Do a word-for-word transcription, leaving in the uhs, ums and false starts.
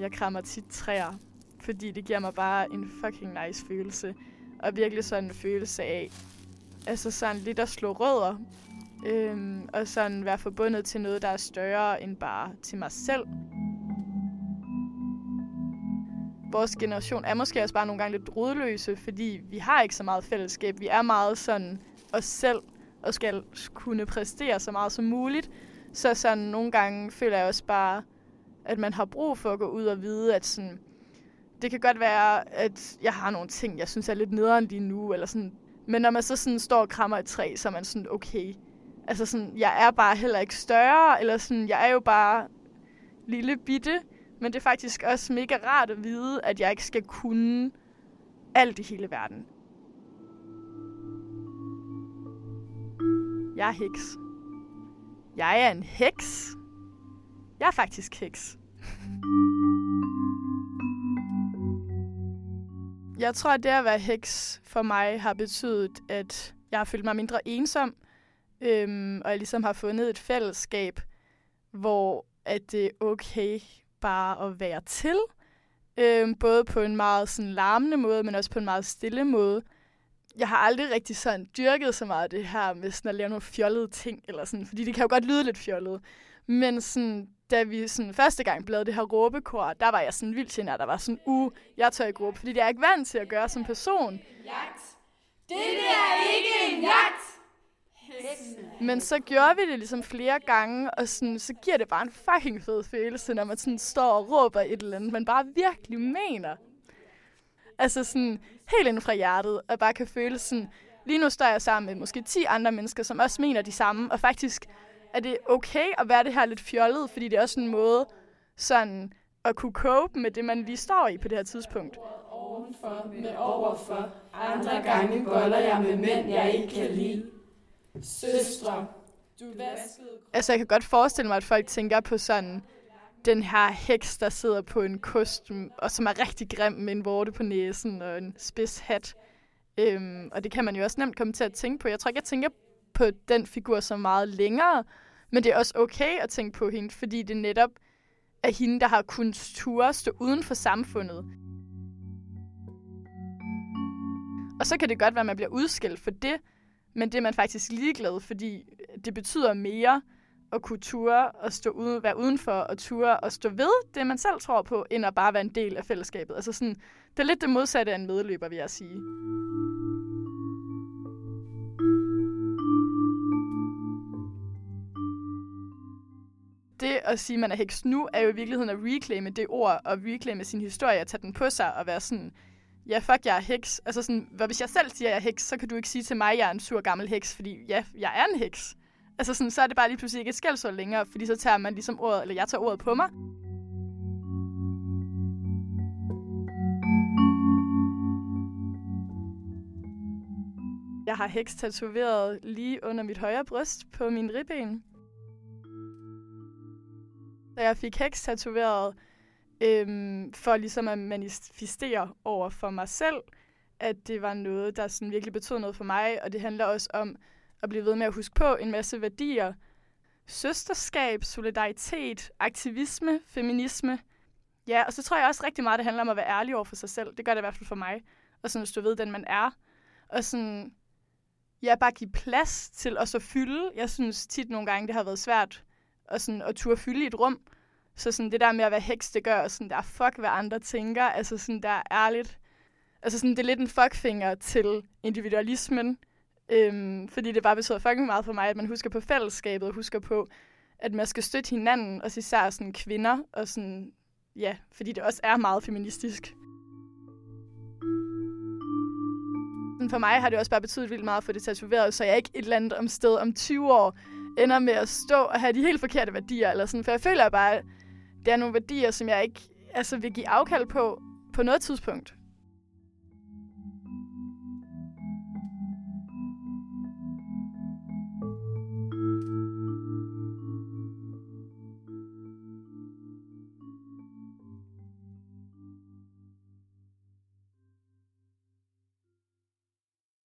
jeg krammer tit træer, fordi det giver mig bare en fucking nice følelse. Og virkelig sådan en følelse af, altså sådan lidt at slå rødder, øhm, og sådan være forbundet til noget, der er større end bare til mig selv. Vores generation er måske også bare nogle gange lidt rodløse, fordi vi har ikke så meget fællesskab. Vi er meget sådan os selv, og skal kunne præstere så meget som muligt. Så sådan nogle gange føler jeg også bare, at man har brug for at gå ud og vide, at sådan, det kan godt være, at jeg har nogle ting, jeg synes er lidt nederen lige nu, eller sådan. Men når man så sådan står og krammer et træ, så er man sådan, okay. Altså sådan, jeg er bare heller ikke større, eller sådan, jeg er jo bare lille bitte. Men det er faktisk også mega rart at vide, at jeg ikke skal kunne alt i hele verden. Jeg er heks. Jeg er en heks. Jeg er faktisk heks. Jeg tror, at det at være heks for mig har betydet, at jeg har følt mig mindre ensom. Øhm, og jeg ligesom har fundet et fællesskab, hvor at det er okay bare at være til. Øhm, både på en meget sådan larmende måde, men også på en meget stille måde. Jeg har aldrig rigtig sådan dyrket så meget det her med sådan at lave nogle fjollede ting, eller sådan, fordi det kan jo godt lyde lidt fjollet. Men sådan, da vi sådan første gang blev det her råbekor, der var jeg sådan vildt genert. Der var sådan, uh, jeg tør ikke råbe, fordi det er jeg ikke vant til at gøre som person. Jagt. Det er ikke en jagt. Men så gjorde vi det ligesom flere gange, og sådan, så giver det bare en fucking fed følelse, når man sådan står og råber et eller andet, man bare virkelig mener. Altså sådan helt inden fra hjertet, og bare kan føle sådan, lige nu står jeg sammen med måske ti andre mennesker, som også mener de samme, og faktisk er det okay at være det her lidt fjollet, fordi det er også en måde sådan at kunne cope med det, man lige står i på det her tidspunkt. Ovenfor med overfor, andre gange boller jeg med mænd, jeg ikke kan lide. Søstre, du vaskede... Altså, jeg kan godt forestille mig, at folk tænker på sådan den her heks, der sidder på en kost, og som er rigtig grim med en vorte på næsen og en spids hat. Øhm, og det kan man jo også nemt komme til at tænke på. Jeg tror ikke, jeg tænker på den figur så meget længere, men det er også okay at tænke på hende, fordi det netop er hende, der har kunnet ture stå uden for samfundet. Og så kan det godt være, at man bliver udskilt for det, men det er man faktisk ligeglad, fordi det betyder mere at kunne ture og stå uden, være udenfor og ture og stå ved det, man selv tror på, end at bare være en del af fællesskabet. Altså sådan, det er lidt det modsatte af en medløber, vil jeg sige. Det at sige, at man er heks nu, er jo i virkeligheden at reclaime det ord, og reclaime sin historie, og tage den på sig og være sådan, ja, fuck, jeg er heks. Altså sådan, hvis jeg selv siger, at jeg er heks, så kan du ikke sige til mig, at jeg er en sur gammel heks, fordi ja, jeg er en heks. Altså sådan, så er det bare lige pludselig ikke et skældsord længere, fordi så tager man ligesom ordet, eller jeg tager ordet på mig. Jeg har heks tatoveret lige under mit højre bryst på min ribben. Så jeg fik heks tatoveret øhm, for ligesom at manifestere over for mig selv, at det var noget, der sådan virkelig betød noget for mig, og det handler også om at blive ved med at huske på en masse værdier. Søsterskab, solidaritet, aktivisme, feminisme. Ja, og så tror jeg også rigtig meget, det handler om at være ærlig over for sig selv. Det gør det i hvert fald for mig. Og sådan at stå ved, den man er. Og sådan, ja, bare give plads til at så fylde. Jeg synes tit nogle gange, det har været svært at, sådan, at turde fylde i et rum. Så sådan det der med at være heks, det gør sådan, der fuck, hvad andre tænker. Altså sådan, der er ærligt. Altså sådan, det er lidt en fuckfinger til individualismen. Øhm, fordi det bare betyder fucking meget for mig, at man husker på fællesskabet, og husker på, at man skal støtte hinanden, og især sådan kvinder, og sådan, ja, fordi det også er meget feministisk. For mig har det også bare betydet vildt meget at få det tatoveret, så jeg ikke et eller andet om sted om tyve år ender med at stå og have de helt forkerte værdier, eller sådan, for jeg føler bare, at det er nogle værdier, som jeg ikke altså, vil give afkald på, på noget tidspunkt.